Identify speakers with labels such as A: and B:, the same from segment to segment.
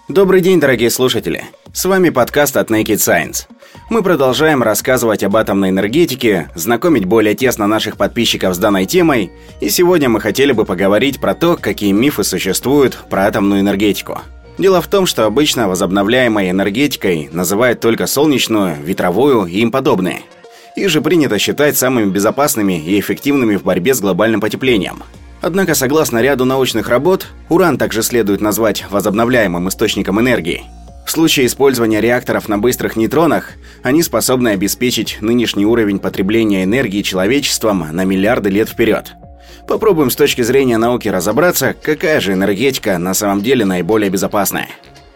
A: Добрый день, дорогие слушатели! С вами подкаст от Naked Science. Мы продолжаем рассказывать об атомной энергетике, знакомить более тесно наших подписчиков с данной темой, и сегодня мы хотели бы поговорить про то, какие мифы существуют про атомную энергетику. Дело в том, что обычно возобновляемой энергетикой называют только солнечную, ветровую и им подобные. Их же принято считать самыми безопасными и эффективными в борьбе с глобальным потеплением. Однако, согласно ряду научных работ, уран также следует назвать возобновляемым источником энергии. В случае использования реакторов на быстрых нейтронах, они способны обеспечить нынешний уровень потребления энергии человечеством на миллиарды лет вперед. Попробуем с точки зрения науки разобраться, какая же энергетика на самом деле наиболее безопасная.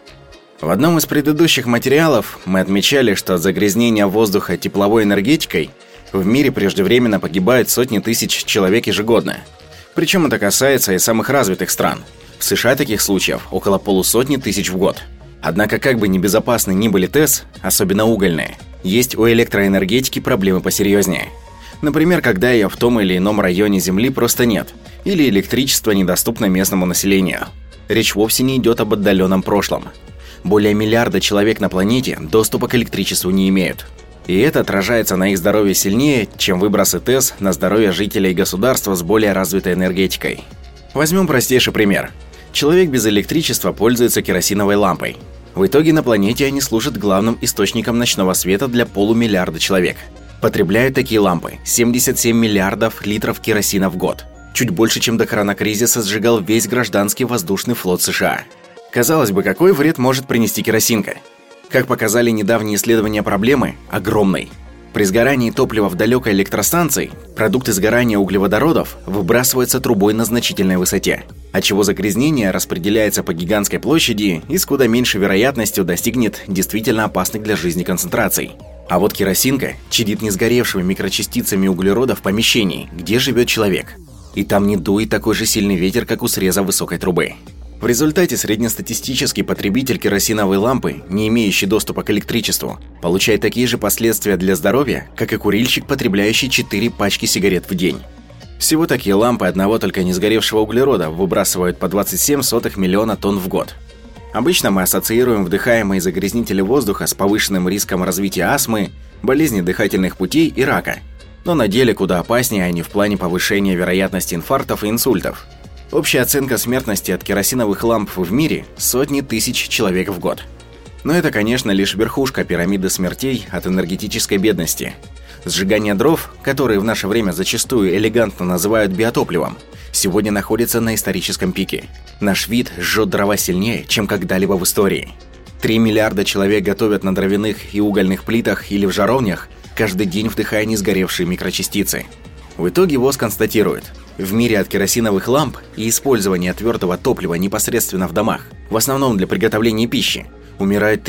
A: В одном из предыдущих материалов мы отмечали, что от загрязнения воздуха тепловой энергетикой в мире преждевременно погибают сотни тысяч человек ежегодно. Причем это касается и самых развитых стран. В США таких случаев около 500 тысяч в год. Однако, как бы небезопасны ни были ТЭС, особенно угольные, есть у электроэнергетики проблемы посерьезнее. Например, когда ее в том или ином районе Земли просто нет, или электричество недоступно местному населению. Речь вовсе не идет об отдаленном прошлом. Более миллиарда человек на планете доступа к электричеству не имеют. И это отражается на их здоровье сильнее, чем выбросы ТЭС на здоровье жителей государства с более развитой энергетикой. Возьмем простейший пример. Человек без электричества пользуется керосиновой лампой. В итоге на планете они служат главным источником ночного света для полумиллиарда человек. Потребляют такие лампы 77 миллиардов литров керосина в год. Чуть больше, чем до коронакризиса сжигал весь гражданский воздушный флот США. Казалось бы, какой вред может принести керосинка? Как показали недавние исследования проблемы, огромный. При сгорании топлива в далекой электростанции продукты сгорания углеводородов выбрасываются трубой на значительной высоте, отчего загрязнение распределяется по гигантской площади и с куда меньшей вероятностью достигнет действительно опасных для жизни концентраций. А вот керосинка чадит не сгоревшими микрочастицами углерода в помещении, где живет человек. И там не дует такой же сильный ветер, как у среза высокой трубы. В результате среднестатистический потребитель керосиновой лампы, не имеющий доступа к электричеству, получает такие же последствия для здоровья, как и курильщик, потребляющий 4 пачки сигарет в день. Всего такие лампы одного только не сгоревшего углерода выбрасывают по 27 миллиона тонн в год. Обычно мы ассоциируем вдыхаемые загрязнители воздуха с повышенным риском развития астмы, болезни дыхательных путей и рака. Но на деле куда опаснее они в плане повышения вероятности инфарктов и инсультов. Общая оценка смертности от керосиновых ламп в мире – сотни тысяч человек в год. Но это, конечно, лишь верхушка пирамиды смертей от энергетической бедности. Сжигание дров, которые в наше время зачастую элегантно называют биотопливом, сегодня находится на историческом пике. Наш вид жжет дрова сильнее, чем когда-либо в истории. 3 миллиарда человек готовят на дровяных и угольных плитах или в жаровнях, каждый день вдыхая несгоревшие микрочастицы. В итоге ВОЗ констатирует, в мире от керосиновых ламп и использования твердого топлива непосредственно в домах, в основном для приготовления пищи, умирают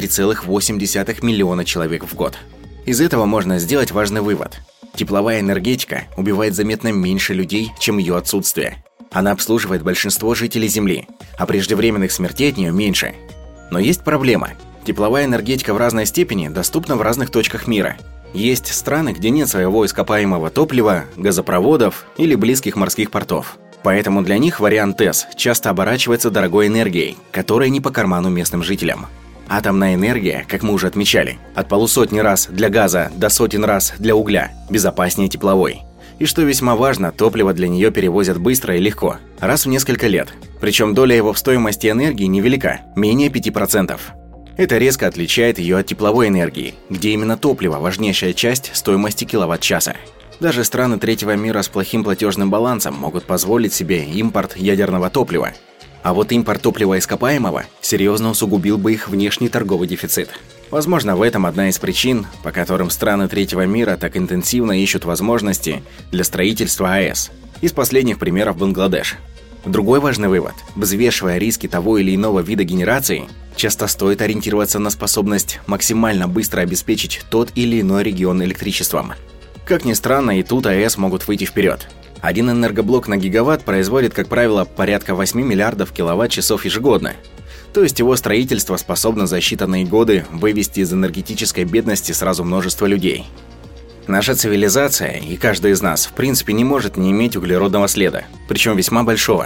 A: 3,8 миллиона человек в год. Из этого можно сделать важный вывод. Тепловая энергетика убивает заметно меньше людей, чем ее отсутствие. Она обслуживает большинство жителей Земли, а преждевременных смертей от нее меньше. Но есть проблема. Тепловая энергетика в разной степени доступна в разных точках мира. Есть страны, где нет своего ископаемого топлива, газопроводов или близких морских портов. Поэтому для них вариант ТЭС часто оборачивается дорогой энергией, которая не по карману местным жителям. Атомная энергия, как мы уже отмечали, от 150 раз для газа до сотен раз для угля безопаснее тепловой. И что весьма важно, топливо для нее перевозят быстро и легко, раз в несколько лет. Причем доля его в стоимости энергии невелика, менее 5%. Это резко отличает ее от тепловой энергии, где именно топливо – важнейшая часть стоимости киловатт-часа. Даже страны третьего мира с плохим платежным балансом могут позволить себе импорт ядерного топлива. А вот импорт топлива ископаемого серьезно усугубил бы их внешний торговый дефицит. Возможно, в этом одна из причин, по которым страны третьего мира так интенсивно ищут возможности для строительства АЭС. Из последних примеров Бангладеш. Другой важный вывод – взвешивая риски того или иного вида генерации, часто стоит ориентироваться на способность максимально быстро обеспечить тот или иной регион электричеством. Как ни странно, и тут АЭС могут выйти вперед. Один энергоблок на гигаватт производит, как правило, порядка 8 миллиардов киловатт-часов ежегодно. То есть его строительство способно за считанные годы вывести из энергетической бедности сразу множество людей. Наша цивилизация, и каждый из нас, в принципе, не может не иметь углеродного следа, причем весьма большого.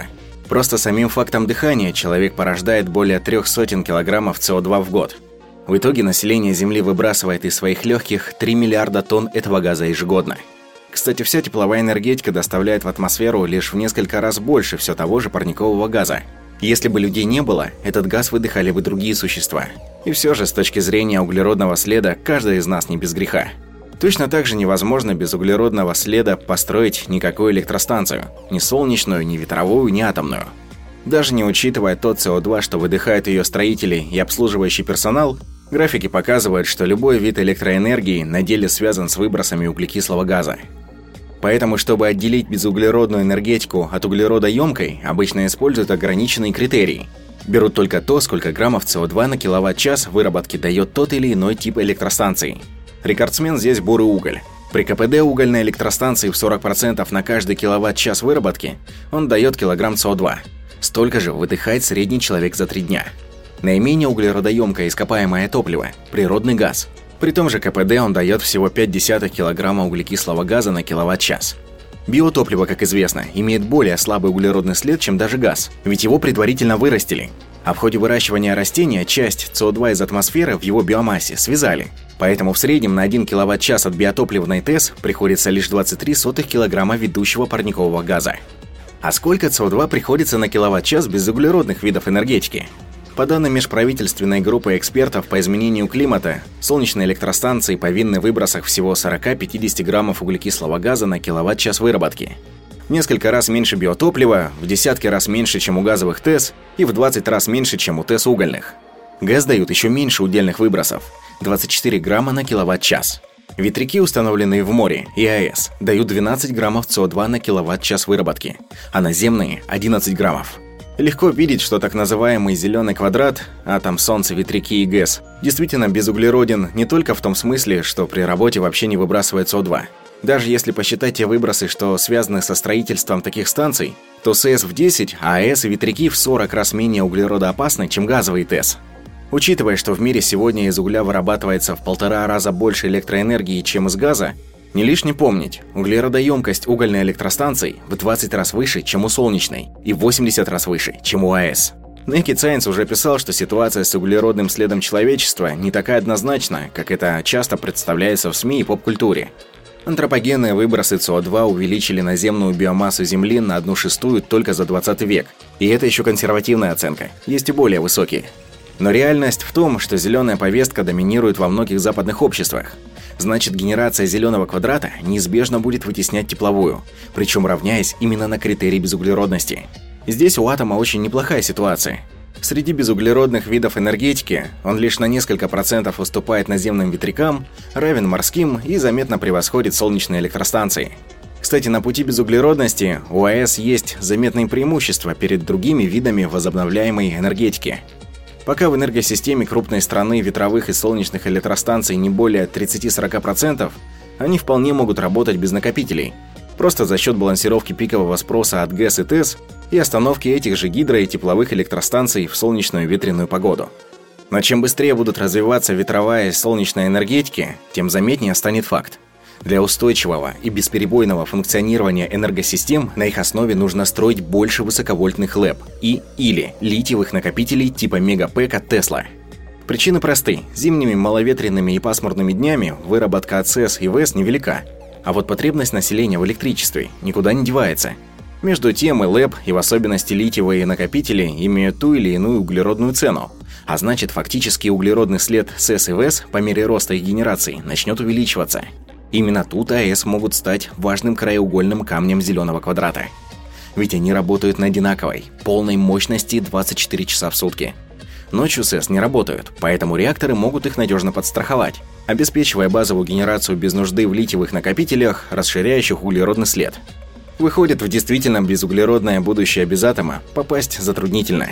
A: Просто самим фактом дыхания человек порождает более 300 килограммов СО2 в год. В итоге население Земли выбрасывает из своих легких 3 миллиарда тонн этого газа ежегодно. Кстати, вся тепловая энергетика доставляет в атмосферу лишь в несколько раз больше все того же парникового газа. Если бы людей не было, этот газ выдыхали бы другие существа. И все же, с точки зрения углеродного следа, каждый из нас не без греха. Точно так же невозможно без углеродного следа построить никакую электростанцию. Ни солнечную, ни ветровую, ни атомную. Даже не учитывая тот СО2, что выдыхают ее строители и обслуживающий персонал, графики показывают, что любой вид электроэнергии на деле связан с выбросами углекислого газа. Поэтому, чтобы отделить безуглеродную энергетику от углеродоемкой, обычно используют ограниченные критерии. Берут только то, сколько граммов СО2 на киловатт-час выработки дает тот или иной тип электростанции. Рекордсмен здесь бурый уголь. При КПД угольной электростанции в 40% на каждый киловатт-час выработки он дает килограмм СО2. Столько же выдыхает средний человек за 3 дня. Наименее углеродоемкое ископаемое топливо – природный газ. При том же КПД он дает всего 0,5 килограмма углекислого газа на киловатт-час. Биотопливо, как известно, имеет более слабый углеродный след, чем даже газ, ведь его предварительно вырастили. А в ходе выращивания растения часть СО2 из атмосферы в его биомассе связали. Поэтому в среднем на 1 киловатт-час от биотопливной ТЭС приходится лишь 0,23 килограмма ведущего парникового газа. А сколько СО2 приходится на киловатт-час безуглеродных видов энергетики? По данным межправительственной группы экспертов по изменению климата, солнечные электростанции повинны в выбросах всего 40-50 граммов углекислого газа на киловатт-час выработки. В несколько раз меньше биотоплива, в десятки раз меньше, чем у газовых ТЭС, и в 20 раз меньше, чем у ТЭС угольных. ГЭС дают еще меньше удельных выбросов – 24 грамма на киловатт-час. Ветряки, установленные в море, и АЭС, дают 12 граммов СО2 на киловатт-час выработки, а наземные – 11 граммов. Легко видеть, что так называемый «зеленый квадрат» – атом, солнце, ветряки и ГЭС – действительно безуглероден не только в том смысле, что при работе вообще не выбрасывает СО2. Даже если посчитать те выбросы, что связаны со строительством таких станций, то СЭС в 10, а АЭС и ветряки в 40 раз менее углеродоопасны, чем газовые ТЭС. Учитывая, что в мире сегодня из угля вырабатывается в 1,5 раза больше электроэнергии, чем из газа, не лишне помнить, углеродоемкость угольной электростанции в 20 раз выше, чем у солнечной, и в 80 раз выше, чем у АЭС. Naked Science уже писал, что ситуация с углеродным следом человечества не такая однозначна, как это часто представляется в СМИ и поп-культуре. Антропогенные выбросы СО2 увеличили наземную биомассу Земли на 1/6 только за 20 век. И это еще консервативная оценка, есть и более высокие. Но реальность в том, что зеленая повестка доминирует во многих западных обществах. Значит, генерация зеленого квадрата неизбежно будет вытеснять тепловую, причем равняясь именно на критерий безуглеродности. Здесь у атома очень неплохая ситуация. Среди безуглеродных видов энергетики он лишь на несколько процентов уступает наземным ветрякам, равен морским и заметно превосходит солнечные электростанции. Кстати, на пути безуглеродности у АЭС есть заметные преимущества перед другими видами возобновляемой энергетики. Пока в энергосистеме крупной страны ветровых и солнечных электростанций не более 30-40%, они вполне могут работать без накопителей, просто за счет балансировки пикового спроса от ГЭС и ТЭС и остановки этих же гидро- и тепловых электростанций в солнечную ветреную погоду. Но чем быстрее будут развиваться ветровая и солнечная энергетики, тем заметнее станет факт. Для устойчивого и бесперебойного функционирования энергосистем на их основе нужно строить больше высоковольтных ЛЭП или литиевых накопителей типа Мегапэк от Тесла. Причины просты. Зимними маловетренными и пасмурными днями выработка от СЭС и ВЭС невелика, а вот потребность населения в электричестве никуда не девается. Между тем и ЛЭП, и в особенности литиевые накопители, имеют ту или иную углеродную цену, а значит фактически углеродный след СЭС и ВЭС по мере роста их генерации начнет увеличиваться. Именно тут АЭС могут стать важным краеугольным камнем зеленого квадрата. Ведь они работают на одинаковой, полной мощности 24 часа в сутки. Ночью СЭС не работают, поэтому реакторы могут их надежно подстраховать, обеспечивая базовую генерацию без нужды в литиевых накопителях, расширяющих углеродный след. Выходит, в действительно безуглеродное будущее без атома попасть затруднительно.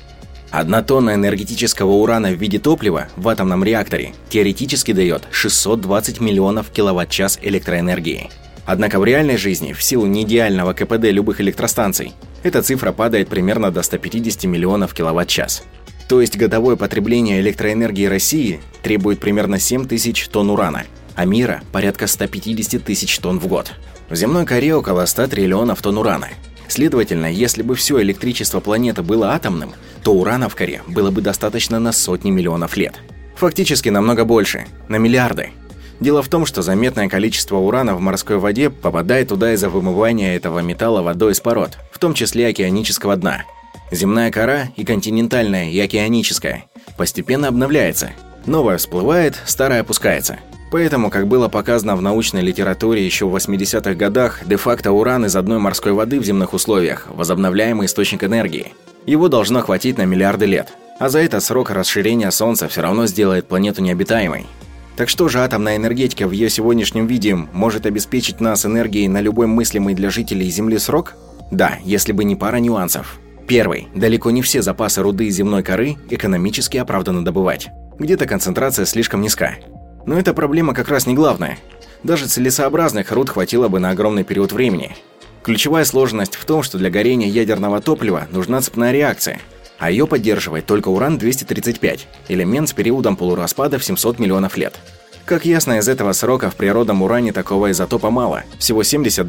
A: 1 тонна энергетического урана в виде топлива в атомном реакторе теоретически дает 620 миллионов киловатт-час электроэнергии. Однако в реальной жизни, в силу неидеального КПД любых электростанций, эта цифра падает примерно до 150 миллионов киловатт-час. То есть годовое потребление электроэнергии России требует примерно 7 тысяч тонн урана, а мира – порядка 150 тысяч тонн в год. В земной коре около 100 триллионов тонн урана. Следовательно, если бы все электричество планеты было атомным, то урана в коре было бы достаточно на сотни миллионов лет. Фактически намного больше, на миллиарды. Дело в том, что заметное количество урана в морской воде попадает туда из-за вымывания этого металла водой из пород, в том числе океанического дна. Земная кора, и континентальная, и океаническая, постепенно обновляется. Новая всплывает, старая опускается. Поэтому, как было показано в научной литературе еще в 80-х годах, де-факто уран из одной морской воды в земных условиях – возобновляемый источник энергии. Его должно хватить на миллиарды лет. А за этот срок расширение Солнца все равно сделает планету необитаемой. Так что же атомная энергетика в ее сегодняшнем виде может обеспечить нас энергией на любой мыслимый для жителей Земли срок? Да, если бы не пара нюансов. Первый. Далеко не все запасы руды из земной коры экономически оправданно добывать. Где-то концентрация слишком низка. Но эта проблема как раз не главная. Даже целесообразных руд хватило бы на огромный период времени. Ключевая сложность в том, что для горения ядерного топлива нужна цепная реакция, а ее поддерживает только уран-235, элемент с периодом полураспада в 700 миллионов лет. Как ясно из этого срока, в природном уране такого изотопа мало, всего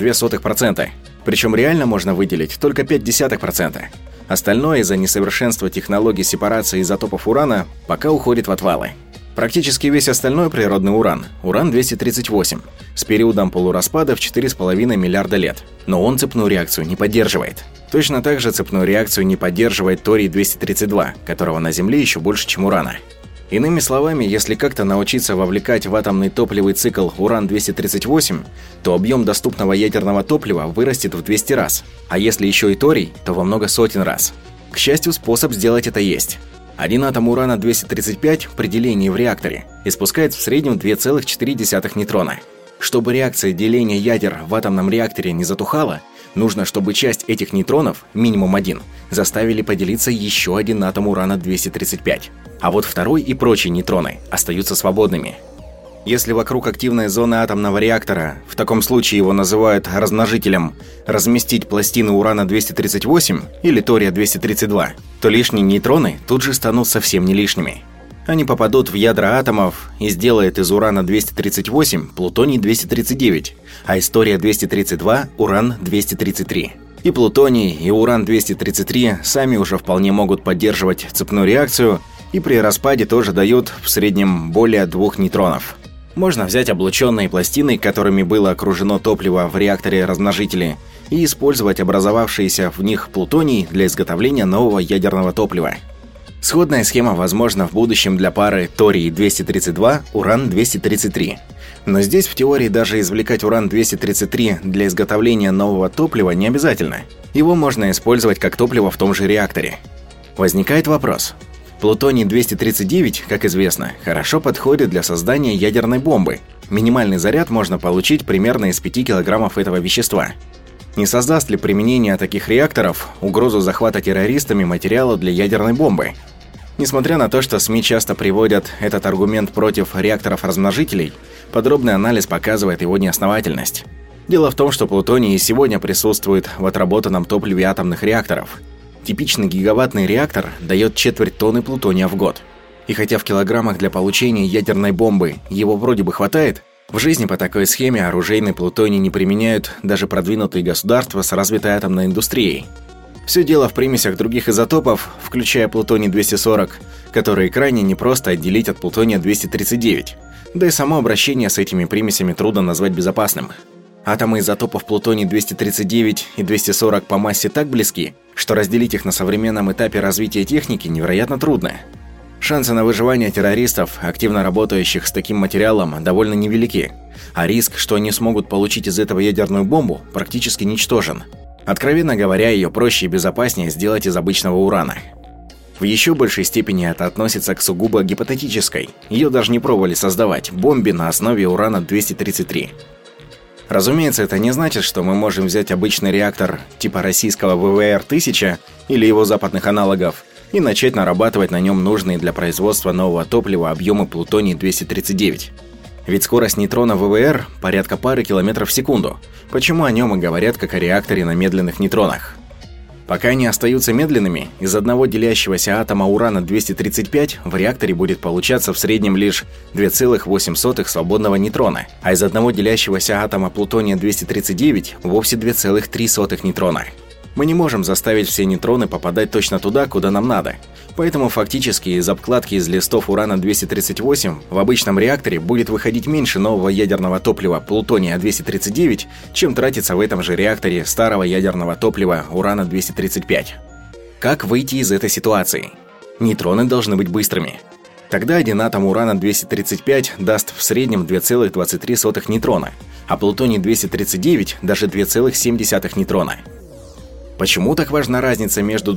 A: 0,72%. Причем реально можно выделить только 0,5%. Остальное из-за несовершенства технологий сепарации изотопов урана пока уходит в отвалы. Практически весь остальной природный уран, уран-238, с периодом полураспада в 4,5 миллиарда лет. Но он цепную реакцию не поддерживает. Точно так же цепную реакцию не поддерживает торий-232, которого на Земле еще больше, чем урана. Иными словами, если как-то научиться вовлекать в атомный топливный цикл уран-238, то объем доступного ядерного топлива вырастет в 200 раз. А если еще и торий, то во много сотен раз. К счастью, способ сделать это есть. Один атом урана-235 при делении в реакторе испускает в среднем 2,4 нейтрона. Чтобы реакция деления ядер в атомном реакторе не затухала, нужно, чтобы часть этих нейтронов, минимум один, заставили поделиться еще один атом урана-235. А вот второй и прочие нейтроны остаются свободными. Если вокруг активной зоны атомного реактора, в таком случае его называют размножителем, разместить пластины урана-238 или тория-232, то лишние нейтроны тут же станут совсем не лишними. Они попадут в ядра атомов и сделают из урана-238 плутоний-239, а из тория-232 уран-233. И плутоний, и уран-233 сами уже вполне могут поддерживать цепную реакцию и при распаде тоже дают в среднем более 2 нейтронов. Можно взять облученные пластины, которыми было окружено топливо в реакторе размножителя, и использовать образовавшийся в них плутоний для изготовления нового ядерного топлива. Сходная схема возможна в будущем для пары торий-232, уран-233. Но здесь в теории даже извлекать уран-233 для изготовления нового топлива не обязательно. Его можно использовать как топливо в том же реакторе. Возникает вопрос. Плутоний-239, как известно, хорошо подходит для создания ядерной бомбы. Минимальный заряд можно получить примерно из 5 килограммов этого вещества. Не создаст ли применение таких реакторов угрозу захвата террористами материала для ядерной бомбы? Несмотря на то, что СМИ часто приводят этот аргумент против реакторов-размножителей, подробный анализ показывает его неосновательность. Дело в том, что плутоний и сегодня присутствует в отработанном топливе атомных реакторов. Типичный гигаваттный реактор дает четверть тонны плутония в год. И хотя в килограммах для получения ядерной бомбы его вроде бы хватает, в жизни по такой схеме оружейный плутоний не применяют даже продвинутые государства с развитой атомной индустрией. Все дело в примесях других изотопов, включая плутоний-240, которые крайне непросто отделить от плутония-239, да и само обращение с этими примесями трудно назвать безопасным. Атомы изотопов плутоний-239 и 240 по массе так близки, что разделить их на современном этапе развития техники невероятно трудно. Шансы на выживание террористов, активно работающих с таким материалом, довольно невелики, а риск, что они смогут получить из этого ядерную бомбу, практически ничтожен. Откровенно говоря, ее проще и безопаснее сделать из обычного урана. В еще большей степени это относится к сугубо гипотетической, ее даже не пробовали создавать, бомбе на основе урана-233. Разумеется, это не значит, что мы можем взять обычный реактор типа российского ВВР-1000 или его западных аналогов и начать нарабатывать на нем нужные для производства нового топлива объемы плутоний-239. Ведь скорость нейтрона ВВР порядка пары километров в секунду. Почему о нем и говорят как о реакторе на медленных нейтронах? Пока они остаются медленными, из одного делящегося атома урана-235 в реакторе будет получаться в среднем лишь 2,8 свободного нейтрона, а из одного делящегося атома плутония-239 вовсе 2,3 нейтрона. Мы не можем заставить все нейтроны попадать точно туда, куда нам надо. Поэтому фактически из обкладки из листов урана-238 в обычном реакторе будет выходить меньше нового ядерного топлива плутония-239, чем тратится в этом же реакторе старого ядерного топлива урана-235. Как выйти из этой ситуации? Нейтроны должны быть быстрыми. Тогда один атом урана-235 даст в среднем 2,23 нейтрона, а плутоний-239 даже 2,7 нейтрона. Почему так важна разница между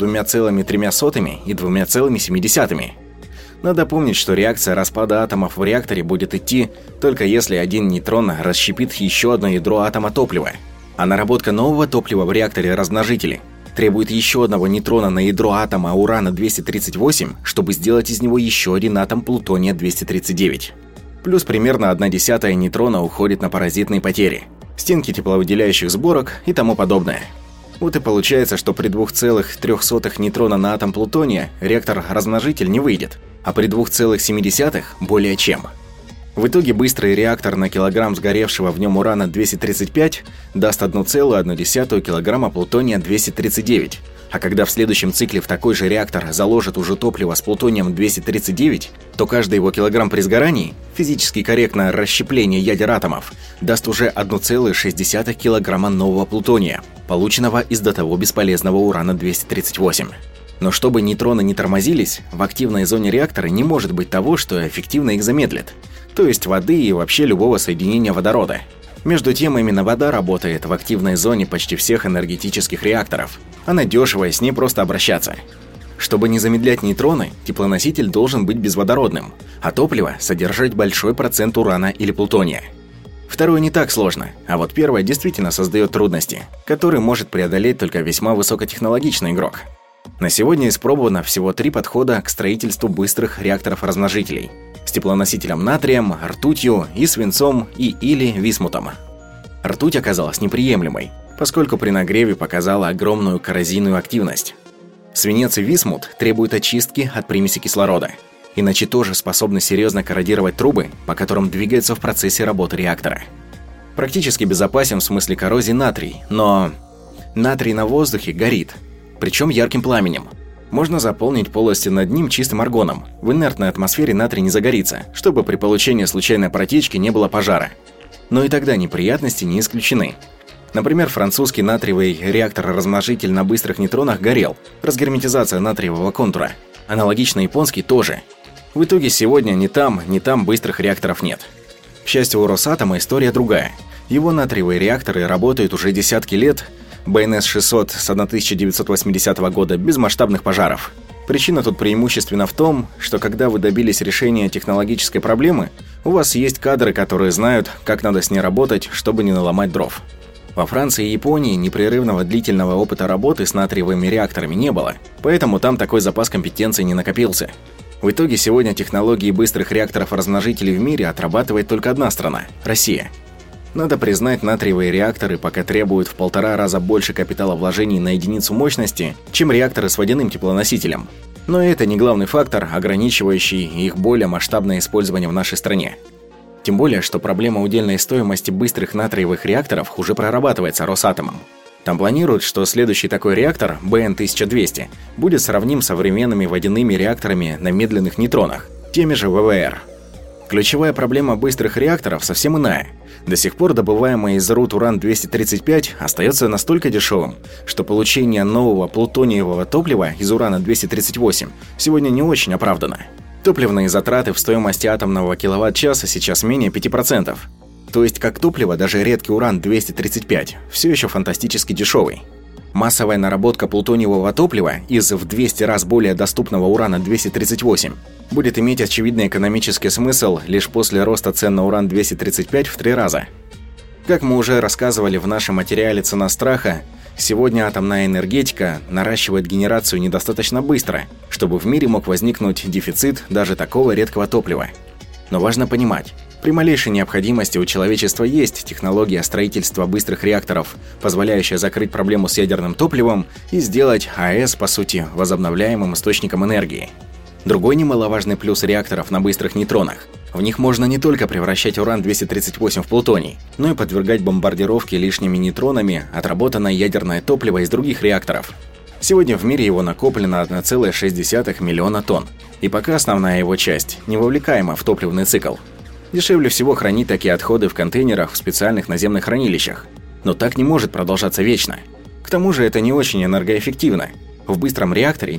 A: 2,3 и 2,7? Надо помнить, что реакция распада атомов в реакторе будет идти только если один нейтрон расщепит еще одно ядро атома топлива, а наработка нового топлива в реакторе размножителей требует еще одного нейтрона на ядро атома урана-238, чтобы сделать из него еще один атом плутония-239. Плюс примерно 1/10 нейтрона уходит на паразитные потери, стенки тепловыделяющих сборок и тому подобное. Вот и получается, что при 2,3 нейтрона на атом плутония реактор-размножитель не выйдет, а при 2,7 более чем. В итоге быстрый реактор на килограмм сгоревшего в нем урана-235 даст 1,1 килограмма плутония-239, а когда в следующем цикле в такой же реактор заложат уже топливо с плутонием-239, то каждый его килограмм при сгорании, физически корректное расщепление ядер атомов, даст уже 1,6 килограмма нового плутония, полученного из до того бесполезного урана-238. Но чтобы нейтроны не тормозились, в активной зоне реактора не может быть того, что эффективно их замедлит, то есть воды и вообще любого соединения водорода. Между тем, именно вода работает в активной зоне почти всех энергетических реакторов. Она дешевая, с ней просто обращаться. Чтобы не замедлять нейтроны, теплоноситель должен быть безводородным, а топливо содержать большой процент урана или плутония. Второе не так сложно, а вот первое действительно создает трудности, которые может преодолеть только весьма высокотехнологичный игрок. На сегодня испробовано всего 3 подхода к строительству быстрых реакторов-размножителей с теплоносителем натрием, ртутью и свинцом или висмутом. Ртуть оказалась неприемлемой, поскольку при нагреве показала огромную коррозийную активность. Свинец и висмут требуют очистки от примеси кислорода, иначе тоже способны серьезно корродировать трубы, по которым двигаются в процессе работы реактора. Практически безопасен в смысле коррозии натрий, но натрий на воздухе горит, причем ярким пламенем. Можно заполнить полости над ним чистым аргоном. В инертной атмосфере натрий не загорится, чтобы при получении случайной протечки не было пожара. Но и тогда неприятности не исключены. Например, французский натриевый реактор-размножитель на быстрых нейтронах горел, разгерметизация натриевого контура. Аналогично японский тоже. В итоге сегодня ни там быстрых реакторов нет. К счастью, у Росатома история другая. Его натриевые реакторы работают уже десятки лет, БНС-600 с 1980 года без масштабных пожаров. Причина тут преимущественно в том, что когда вы добились решения технологической проблемы, у вас есть кадры, которые знают, как надо с ней работать, чтобы не наломать дров. Во Франции и Японии непрерывного длительного опыта работы с натриевыми реакторами не было, поэтому там такой запас компетенций не накопился. В итоге сегодня технологии быстрых реакторов-размножителей в мире отрабатывает только одна страна – Россия. Надо признать, натриевые реакторы пока требуют в 1,5 раза больше капиталовложений на единицу мощности, чем реакторы с водяным теплоносителем. Но это не главный фактор, ограничивающий их более масштабное использование в нашей стране. Тем более, что проблема удельной стоимости быстрых натриевых реакторов уже прорабатывается Росатомом. Там планируют, что следующий такой реактор, БН-1200, будет сравним с современными водяными реакторами на медленных нейтронах, теми же ВВР. Ключевая проблема быстрых реакторов совсем иная. До сих пор добываемый из руд уран-235 остается настолько дешевым, что получение нового плутониевого топлива из урана-238 сегодня не очень оправдано. Топливные затраты в стоимости атомного киловатт-часа сейчас менее 5%. То есть как топливо даже редкий уран-235 все еще фантастически дешевый. Массовая наработка плутониевого топлива из в 200 раз более доступного урана-238 будет иметь очевидный экономический смысл лишь после роста цен на уран-235 в 3 раза. Как мы уже рассказывали в нашем материале «Цена страха», сегодня атомная энергетика наращивает генерацию недостаточно быстро, чтобы в мире мог возникнуть дефицит даже такого редкого топлива. Но важно понимать, при малейшей необходимости у человечества есть технология строительства быстрых реакторов, позволяющая закрыть проблему с ядерным топливом и сделать АЭС, по сути, возобновляемым источником энергии. Другой немаловажный плюс реакторов на быстрых нейтронах В них можно не только превращать уран-238 в плутоний, но и подвергать бомбардировке лишними нейтронами отработанное ядерное топливо из других реакторов. Сегодня в мире его накоплено 1,6 миллиона тонн, и пока основная его часть не вовлекаема в топливный цикл. Дешевле всего хранить такие отходы в контейнерах в специальных наземных хранилищах. Но так не может продолжаться вечно. К тому же это не очень энергоэффективно. В быстром реакторе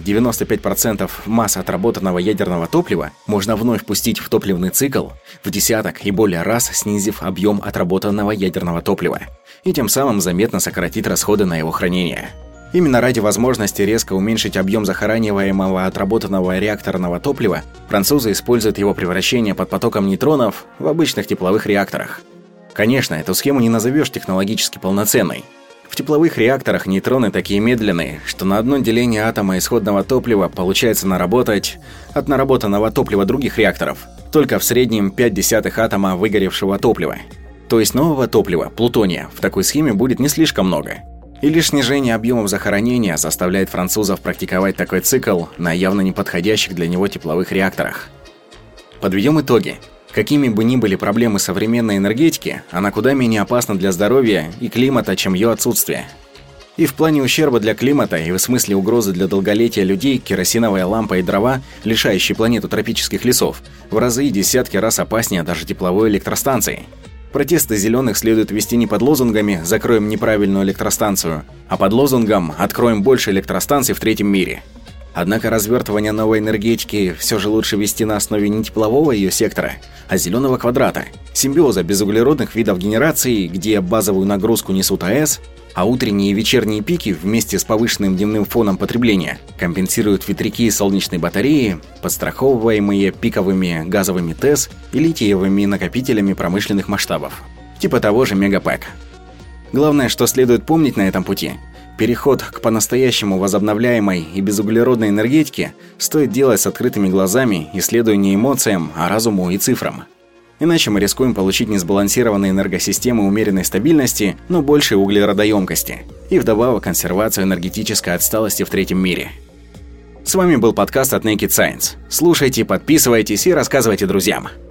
A: 95% масс отработанного ядерного топлива можно вновь пустить в топливный цикл в десяток и более раз, снизив объем отработанного ядерного топлива, и тем самым заметно сократить расходы на его хранение. Именно ради возможности резко уменьшить объем захораниваемого отработанного реакторного топлива французы используют его превращение под потоком нейтронов в обычных тепловых реакторах. Конечно, эту схему не назовешь технологически полноценной. В тепловых реакторах нейтроны такие медленные, что на одно деление атома исходного топлива получается наработать от наработанного топлива других реакторов только в среднем 0,5 атома выгоревшего топлива. То есть нового топлива, плутония, в такой схеме будет не слишком много. И лишь снижение объемов захоронения заставляет французов практиковать такой цикл на явно неподходящих для него тепловых реакторах. Подведем итоги. Какими бы ни были проблемы современной энергетики, она куда менее опасна для здоровья и климата, чем ее отсутствие. И в плане ущерба для климата, и в смысле угрозы для долголетия людей, керосиновая лампа и дрова, лишающие планету тропических лесов, в разы и десятки раз опаснее даже тепловой электростанции. Протесты зеленых следует вести не под лозунгами «закроем неправильную электростанцию», а под лозунгом «откроем больше электростанций в третьем мире». Однако развертывание новой энергетики все же лучше вести на основе не теплового ее сектора, а зеленого квадрата, симбиоза безуглеродных видов генерации, где базовую нагрузку несут АЭС, а утренние и вечерние пики вместе с повышенным дневным фоном потребления компенсируют ветряки и солнечные батареи, подстраховываемые пиковыми газовыми ТЭС и литиевыми накопителями промышленных масштабов, типа того же Мегапэк. Главное, что следует помнить на этом пути – переход к по-настоящему возобновляемой и безуглеродной энергетике стоит делать с открытыми глазами, исследуя не эмоциям, а разуму и цифрам. Иначе мы рискуем получить несбалансированные энергосистемы умеренной стабильности, но большей углеродоемкости, и вдобавок консервацию энергетической отсталости в третьем мире. С вами был подкаст от Naked Science. Слушайте, подписывайтесь и рассказывайте друзьям.